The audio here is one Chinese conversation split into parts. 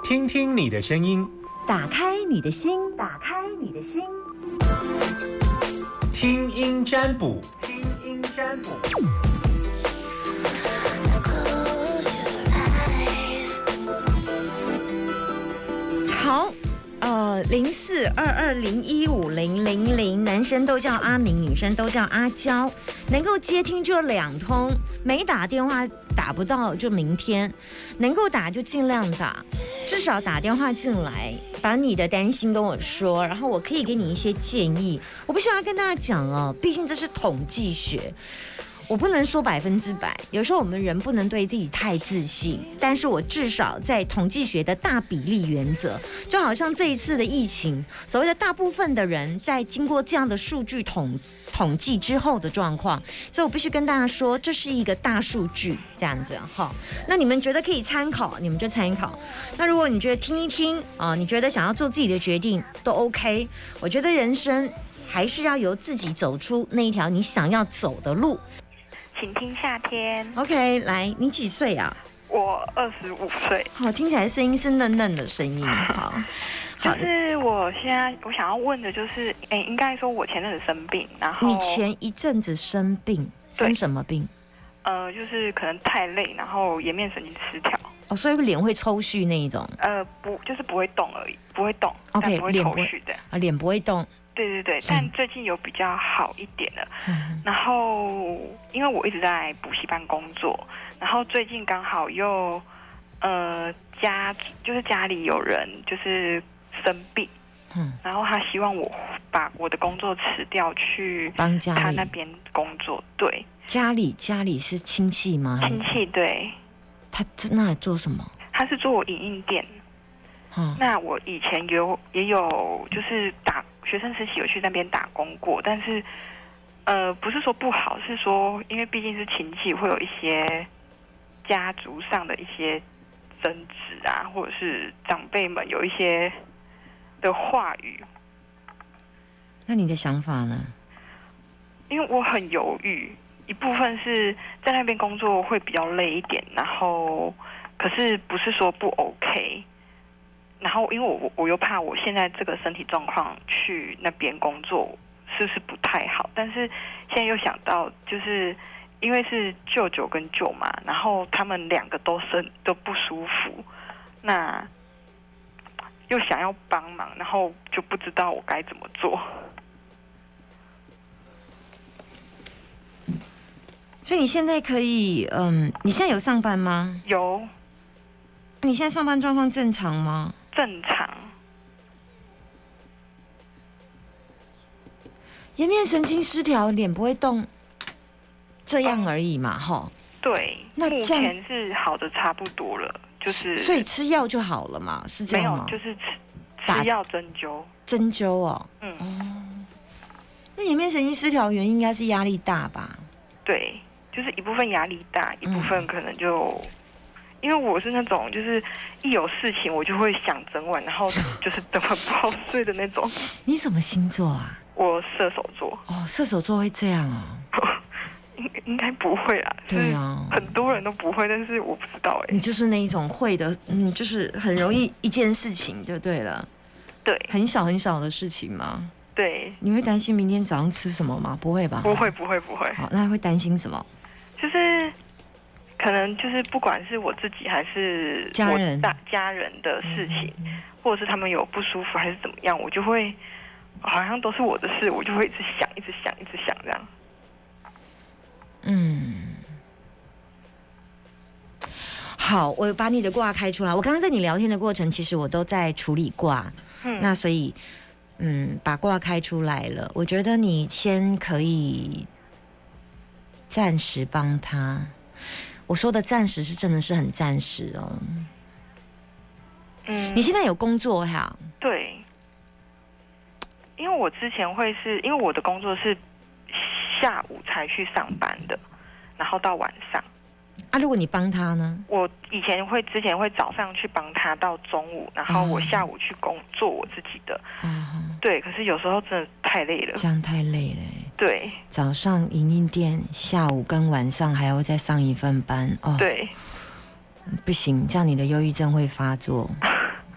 听听你的声音， 打开你的心，打开你的心， 听音占卜，听音占卜。 好0422015000，男生都叫阿明，女生都叫阿娇，能够接听就2通，没打电话打不到就明天，能够打就尽量打，至少打电话进来，把你的担心跟我说，然后我可以给你一些建议。我必须要跟大家讲哦，毕竟这是统计学。我不能说100%，有时候我们人不能对自己太自信，但是我至少在统计学的大比例原则，就好像这一次的疫情，所谓的大部分的人在经过这样的数据统计之后的状况，所以我必须跟大家说，这是一个大数据这样子哈。那你们觉得可以参考，你们就参考。那如果你觉得听一听啊，你觉得想要做自己的决定都 OK， 我觉得人生还是要由自己走出那一条你想要走的路。 请听夏天。 OK， 来，你几岁啊？ 我25岁。 好，听起来声音是嫩嫩的声音。好， 就是我现在我想要问的就是，应该说我前阵子生病，然后你前一阵子生病，生什么病？ 就是可能太累，然后颜面神经失调。 哦，所以脸会抽搐那一种？ 不，就是不会动而已，不会动。 OK， 不会抽搐的。 啊，脸不会动。 对，但最近有比较好一点了。然后因为我一直在补习班工作，然后最近刚好又家里有人就是生病，然后他希望我把我的工作辞掉去帮家里他那边工作。对， 家里是亲戚吗？ 亲戚。对。 他在那里做什么？ 他是做影印店。那我以前也有就是学生时期有去那边打工过，但是不是说不好，是说因为毕竟是亲戚，会有一些家族上的一些争执啊，或者是长辈们有一些的话语。 那你的想法呢？ 因为我很犹豫，一部分是在那边工作会比较累一点，然后可是不是说不 OK。然后，因为我又怕我现在这个身体状况去那边工作是不是不太好？但是现在又想到，就是因为是舅舅跟舅妈，然后他们2个都不舒服，那又想要帮忙，然后就不知道我该怎么做。 所以你现在可以，你现在有上班吗？ 有。 你现在上班状况正常吗？ 正常。 颜面神经失调，脸不会动，这样而已嘛，吼。 对， 那目前是好的差不多了，就是所以吃药就好了嘛，是这样吗？ 没有，就是吃药针灸。 针灸哦。那颜面神经失调原因应该是压力大吧？对， 就是一部分压力大，一部分可能就。因为我是那种就是一有事情我就会想整晚，然后就是整晚不好睡的那种。 你什么星座啊？我射手座。 哦，射手座会这样啊？ 应该不会啦。对啊，很多人都不会，但是我不知道你就是那一种会的，就是很容易一件事情就对了。 对， 很小很小的事情吗？ 对。 你会担心明天早上吃什么吗？不会吧？ 不会。 好，那会担心什么？ 就是可能就是不管是我自己还是家人的事情，或者是他们有不舒服还是怎么样，我就会好像都是我的事，我就会一直想这样。 好，我把你的卦开出来。我刚刚在你聊天的过程，其实我都在处理卦。那所以把卦开出来了。我觉得你先可以暂时帮他。我说的暂时是真的是很暂时哦。你现在有工作哈？ 对，因为我之前因为我的工作是下午才去上班的，然后到晚上。 如果你帮他呢？ 我之前会早上去帮他到中午，然后我下午去做我自己的。对，可是有时候真的太累了。 这样太累了。 对， 早上营运店，下午跟晚上还要再上一份班哦。 对， 不行，这样你的忧郁症会发作。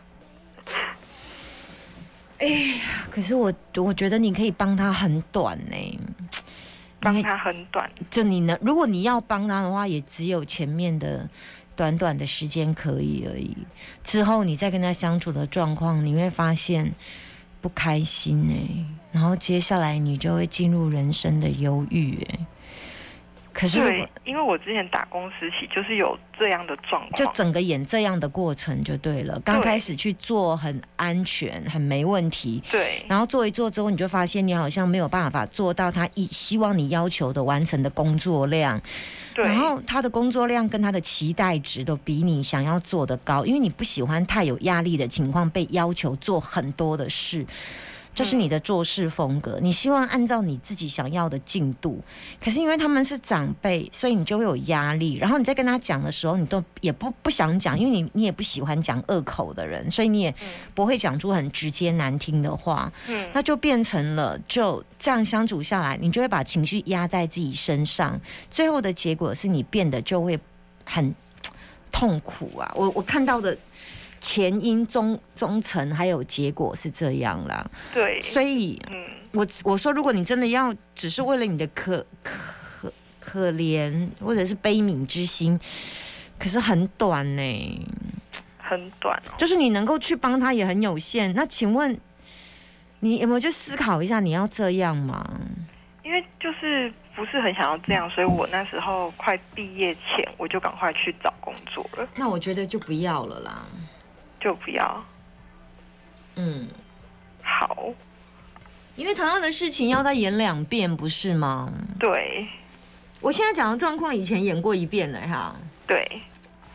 可是我觉得你可以帮他很短呢， 帮他很短。 就如果你要帮他的话，也只有前面的短短的时间可以而已。之后你再跟他相处的状况，你会发现不开心然后接下来你就会进入人生的忧郁可是对，因为我之前打工时期就是有这样的状况， 就整个演这样的过程就对了。刚开始去做很安全，很没问题， 对， 然后做一做之后，你就发现你好像没有办法做到他希望你要求的完成的工作量， 对， 然后他的工作量跟他的期待值都比你想要做的高，因为你不喜欢太有压力的情况被要求做很多的事。这是你的做事风格，你希望按照你自己想要的进度，可是因为他们是长辈，所以你就会有压力。然后你在跟他讲的时候，你都也不想讲，因为你也不喜欢讲恶口的人，所以你也不会讲出很直接难听的话。那就变成了就这样相处下来，你就会把情绪压在自己身上，最后的结果是你变得就会很痛苦啊！我看到的。前因中程还有结果是这样啦， 对， 所以，我说，如果你真的要只是为了你的可怜或者是悲悯之心，可是很短很短就是你能够去帮他也很有限。那请问你有没有去思考一下，你要这样吗？ 因为就是不是很想要这样，所以我那时候快毕业前，我就赶快去找工作了。 那我觉得就不要了啦。 就不要，好， 因为同样的事情要再演2遍，不是吗？ 对， 我现在讲的状况，以前演过1遍了哈。 对，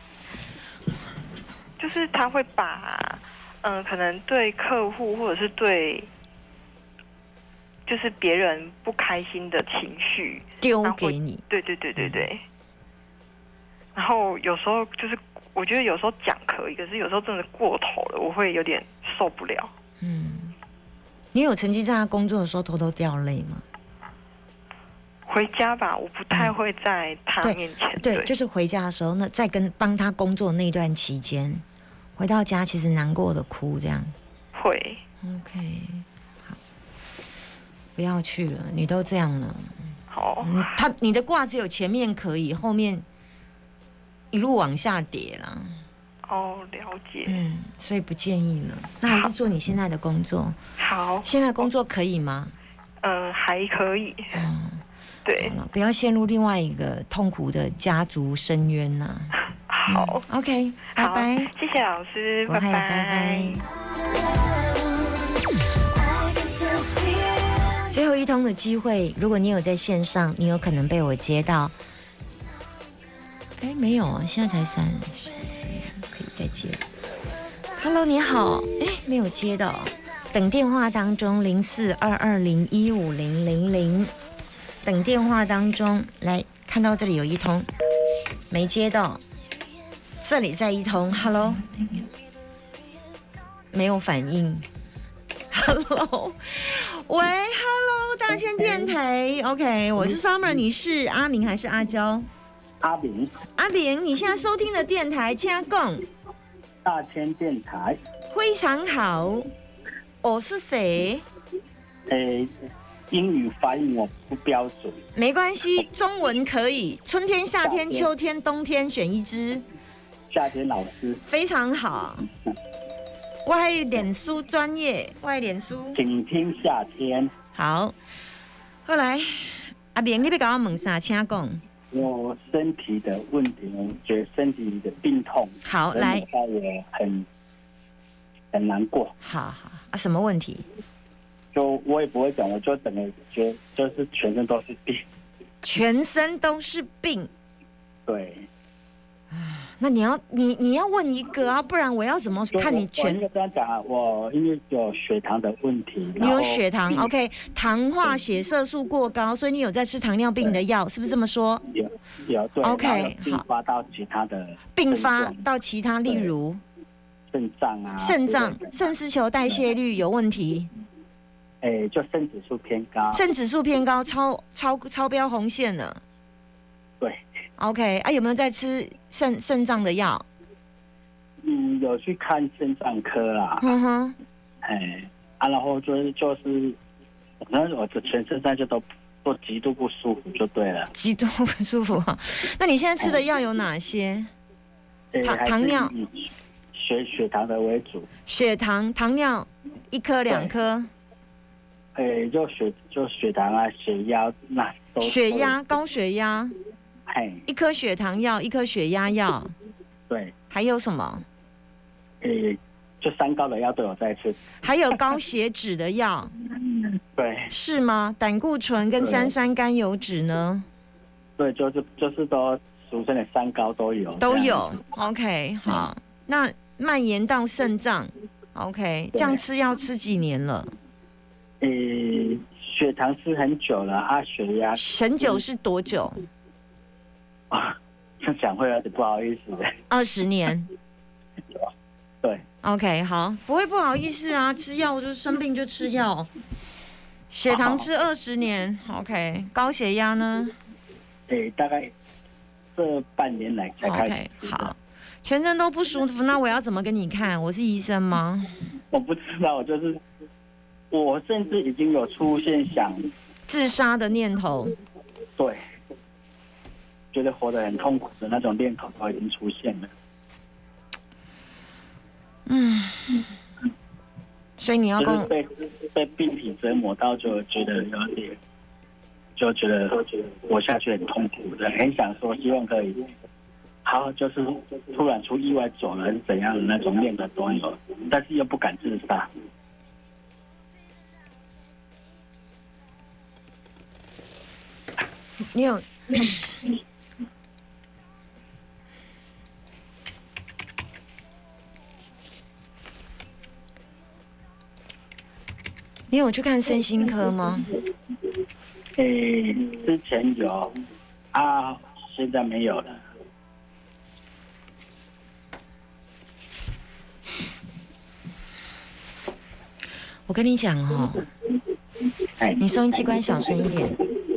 就是他会把，可能对客户或者是对，就是别人不开心的情绪丢给你。 对。然后有时候就是。我觉得有时候讲可以，可是有时候真的过头了，我会有点受不了。 你有曾经在他工作的时候偷偷掉泪吗？ 回家吧，我不太会在他面前。 对，就是回家的时候，那在帮他工作那段期间，回到家其实难过的哭这样。 会。 OK， 好，不要去了，你都这样了。 好。 你的卦只有前面可以，后面。一路往下跌啦。 哦，了解。 所以不建议了。那还是做你现在的工作。 好。 现在工作可以吗？ 还可以。对。 好了，不要陷入另外一个痛苦的家族深渊呐。 好。 OK， 拜拜。 谢谢老师，拜拜。 拜拜。最后一通的机会，如果你有在线上，你有可能被我接到。没有啊，现在才30，可以再接。Hello， 你好，没有接到，等电话当中0422015000，等电话当中来看到这里有一通，没接到，这里再一通 ，Hello， 没有反应 ，Hello， 喂 ，Hello， 大千电台 ，OK， 我是 Summer， 你是阿明还是阿娇？ 阿炳， 你现在收听的电台，请讲。 大千电台， 非常好。我是谁？ 英语发音我不标准。 没关系，中文可以。春天、夏天、秋天、冬天选一支。 夏天老师。非常好。我还有脸书专业，我还有脸书。 请听夏天。 好。后来，阿明，你要跟我问啥？请讲。 我身体的问题，我觉得身体的病痛， 好来， 我很难过。 好什么问题？ 就我也不会讲，我就整个觉得就是全身都是病。 全身都是病。 对。 那你要问一个啊，不然我要怎么看你全？ 我这样讲啊，我因为有血糖的问题， 你有血糖 ，OK， 糖化血色素过高，所以你有在吃糖尿病的药，是不是这么说？ 有对 ，OK， 好。并发到其他的， 并发到其他，例如肾脏啊， 肾丝球代谢率有问题。 就肾指数偏高， 超标红线了。 对。 OK， 有没有在吃肾脏的药？ 有去看肾脏科啦。 然后就是反正我的全身上就都极度不舒服就对了。 极度不舒服哈。那你现在吃的药有哪些？糖尿、 血糖的为主。 血糖、糖尿，1颗2颗。 就血糖啊、血压那都。 血压高血压。1颗血糖药，1颗血压药。 对。 还有什么？ 就三高的药都有在吃。 还有高血脂的药。 对。 是吗？胆固醇跟3酸甘油脂呢？ 对，就是都俗称的三高都有。 都有。OK， 好。那蔓延到肾脏 ，OK， 这样吃药吃几年了？ 血糖吃很久了啊，血压很久是多久？ 这讲会有点不好意思的。 20年。 对。 OK， 好，不会不好意思啊，吃药就生病就吃药。血糖吃20年 ，OK， 高血压呢？ 大概这半年来才开始。 OK， 好，全身都不舒服，那我要怎么跟你看？我是医生吗？ 我不知道，我甚至已经有出现想自杀的念头。 对，觉得活得很痛苦的那种念头都已经出现了。 所以你要跟我被病体折磨到，就觉得有点，就觉得活下去很痛苦的，很想说希望可以，好就是突然出意外走了还是怎样的那种念头都有，但是又不敢自杀。 你有你有去看身心科吗？ 之前有啊，现在没有了。 我跟你讲哦，你收音机关小声一点。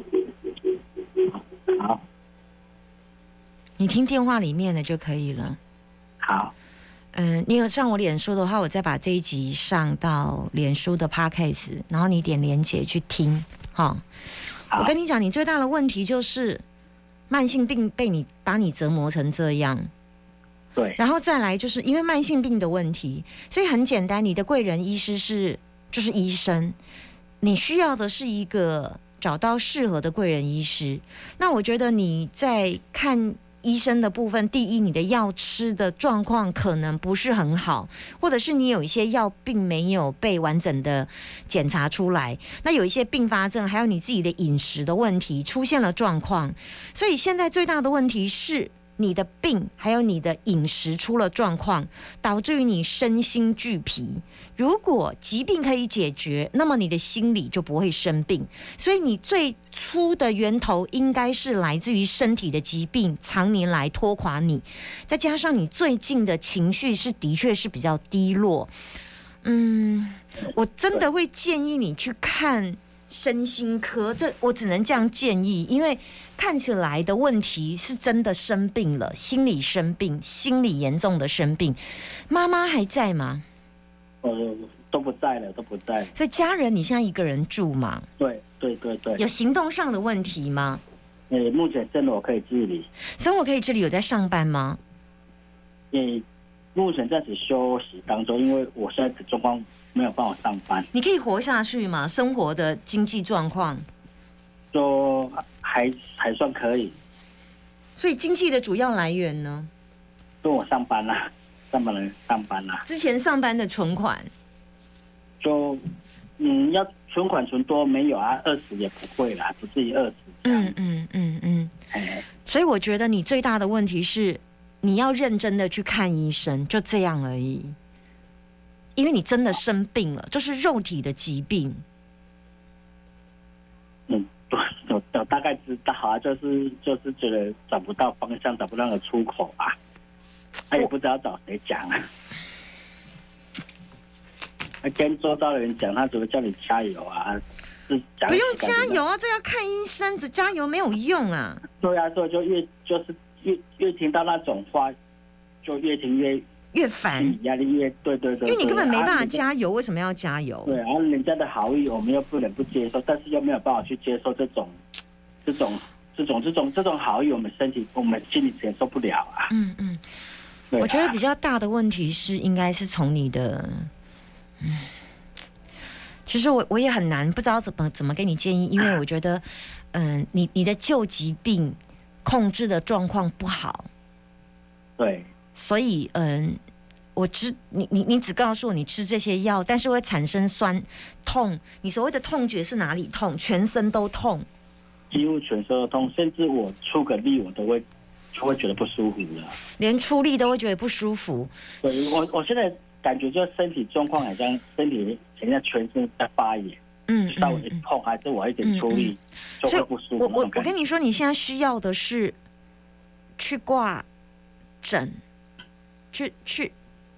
好。 你听电话里面的就可以了。 好。 你有上我脸书的话，我再把这一集上到脸书的 Podcast， 然后你点连结去听，哈。我跟你讲，你最大的问题就是慢性病把你折磨成这样。 对。 然后再来就是因为慢性病的问题，所以很简单，你的贵人医师就是医生，你需要的是一个找到适合的贵人医师。那我觉得你在看医生的部分，第一，你的药吃的状况可能不是很好，或者是你有一些药并没有被完整的检查出来，那有一些并发症，还有你自己的饮食的问题出现了状况，所以现在最大的问题是你的病还有你的饮食出了状况，导致于你身心俱疲。如果疾病可以解决，那么你的心理就不会生病。所以你最初的源头应该是来自于身体的疾病，常年来拖垮你，再加上你最近的情绪的确是比较低落。我真的会建议你去看身心科，这我只能这样建议，因为看起来的问题是真的生病了，心理生病，心理严重的生病。妈妈还在吗？ 都不在了，都不在了。 所以家人你现在一个人住吗？ 对。 有行动上的问题吗？ 目前生活可以自理。 生活可以自理，有在上班吗？ 目前在此休息当中，因为我现在的状况没有办法上班。 你可以活下去吗？生活的经济状况就还算可以。 所以经济的主要来源呢？ 跟我上班啦，上班啦。 之前上班的存款， 就要存款存多没有啊，20也不会啦，不至于20。 所以我觉得你最大的问题是，你要认真的去看医生，就这样而已。因为你真的生病了，就是肉体的疾病。 我大概知道啊，就是觉得找不到方向，找不到个出口啊，也不知道找谁讲啊。跟周遭的人讲，他只会叫你加油啊， 不用加油啊，这要看医生，只加油没有用啊。 对啊，所以就越听到那种话，就越听越烦， 压力越对， 因为你根本没办法加油，为什么要加油？ 对，然后人家的好意我们又不能不接受，但是又没有办法去接受这种好意，我们心里承受不了啊。 我觉得比较大的问题是，应该是从你的，其实我也很难不知道怎么给你建议，因为我觉得，你的旧疾病控制的状况不好， 对， 所以你只告诉我你吃这些药，但是会产生酸痛，你所谓的痛觉是哪里痛？全身都痛， 几乎全身都痛，甚至我出个力我就会觉得不舒服了， 连出力都会觉得不舒服。 对，我现在感觉就身体状况好像身体现在全身在发炎，稍微一痛还是我一点出力就会不舒服。 我跟你说，你现在需要的是去挂诊，去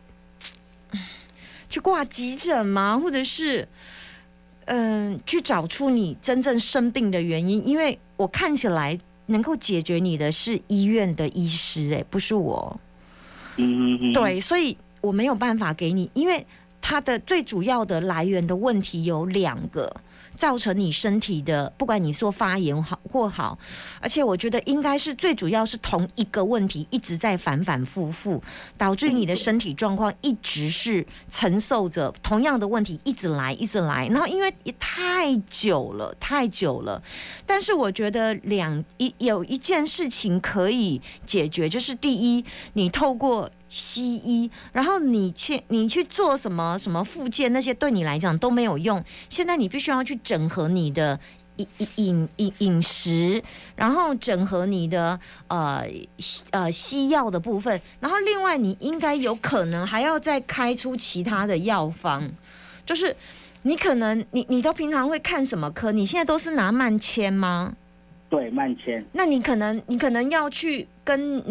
挂急诊吗？或者是去找出你真正生病的原因？因为我看起来能够解决你的是医院的医师，不是我。对，所以我没有办法给你，因为它的最主要的来源的问题有2个，造成你身体的，不管你说发炎好或好，而且我觉得应该是最主要是同一个问题一直在反反复复，导致你的身体状况一直是承受着同样的问题一直来，然后因为也太久了，但是我觉得有一件事情可以解决，就是第一，你透过西医，然后你去做什么复健，那些对你来讲都没有用。现在你必须要去整合你的饮食，然后整合你的西药的部分，然后另外你应该有可能还要再开出其他的药方，就是你可能你都平常会看什么科？你现在都是拿慢签吗？ 对，慢签。 那你可能要去跟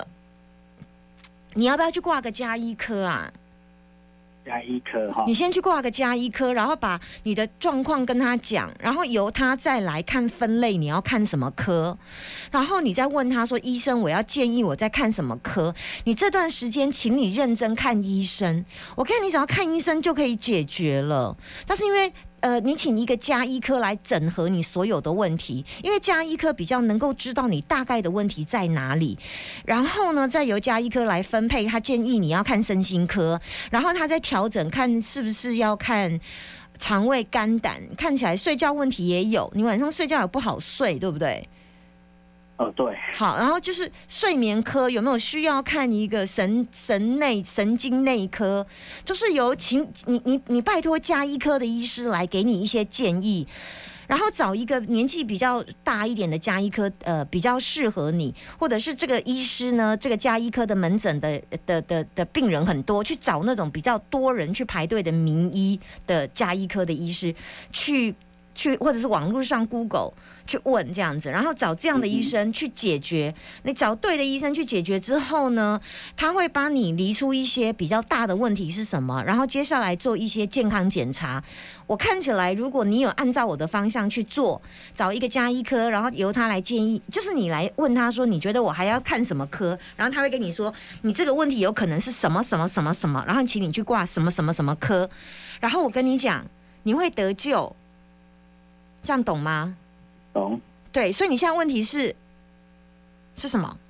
你要不要去挂个家医科啊？ 家医科哈， 你先去挂个家医科，然后把你的状况跟他讲，然后由他再来看分类，你要看什么科，然后你再问他说：“医生，我要建议我在看什么科？”你这段时间，请你认真看医生。我看你只要看医生就可以解决了，但是因为你请一个家医科来整合你所有的问题，因为家医科比较能够知道你大概的问题在哪里，然后呢，再由家医科来分配，他建议你要看身心科，然后他再调整看是不是要看肠胃、肝胆，看起来睡觉问题也有，你晚上睡觉也不好睡，对不对？ 对。 好，然后就是睡眠科有没有需要看一个神经内科，就是由你拜托家医科的医师来给你一些建议，然后找一个年纪比较大一点的家医科，比较适合你，或者是这个医师呢，这个家医科的门诊的病人很多，去找那种比较多人去排队的名医的家医科的医师去，或者是网络上 Google。去问这样子，然后找这样的医生去解决。你找对的医生去解决之后呢，他会帮你理出一些比较大的问题是什么，然后接下来做一些健康检查。我看起来，如果你有按照我的方向去做，找一个家医科，然后由他来建议，就是你来问他说，你觉得我还要看什么科？然后他会跟你说，你这个问题有可能是什么什么什么什么，然后请你去挂什么什么什么科。然后我跟你讲，你会得救，这样懂吗？ 懂。 对，所以你现在问题是什么？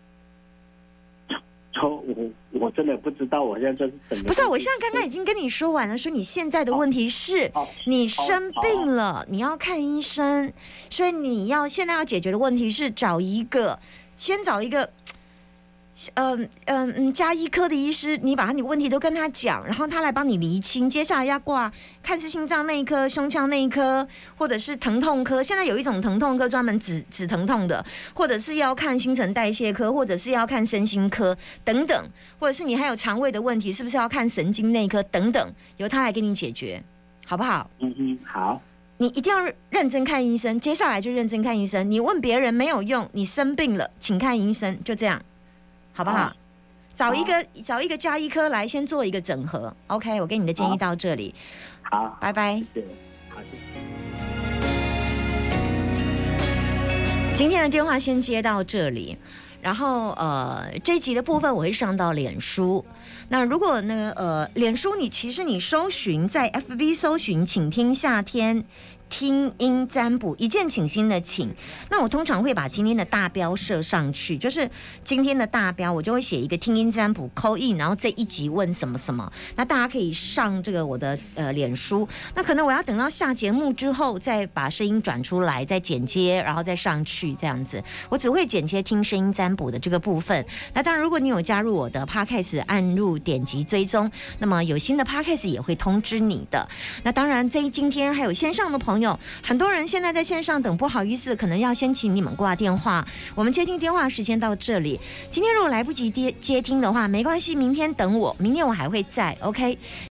我真的不知道，我现在就是整个不是，我现在刚刚已经跟你说完了，说你现在的问题是你生病了，你要看医生，所以你现在要解决的问题是先找一个家医科的医师，你把你问题都跟他讲，然后他来帮你厘清，接下来要挂看是心脏内科、胸腔内科，或者是疼痛科。现在有一种疼痛科专门止疼痛的，或者是要看新陈代谢科，或者是要看身心科等等，或者是你还有肠胃的问题，是不是要看神经内科等等，由他来给你解决，好不好？ 好。 你一定要认真看医生，接下来就认真看医生。你问别人没有用，你生病了，请看医生，就这样。好不好？找一个家医科来先做一个整合。OK， 我给你的建议到这里。 好， 拜拜。 谢谢。好，谢谢。 今天的电话先接到这里。 然后这一集的部分我会上到脸书。那如果呢脸书其实你搜寻在 FB 搜寻请听夏天听音占卜，一键请心的请，那我通常会把今天的大标设上去，就是今天的大标我就会写一个听音占卜 call in， 然后这一集问什么什么，那大家可以上这个我的脸书，那可能我要等到下节目之后再把声音转出来，再剪接，然后再上去这样子，我只会剪接听声音占卜的这个部分。那当然如果你有加入我的 podcast 按入点击追踪，那么有新的 podcast 也会通知你的。那当然今天还有线上的朋友，很多人现在在线上等，不好意思，可能要先请你们挂电话，我们接听电话时间到这里。今天如果来不及接听的话没关系，明天等我，明天我还会在 OK。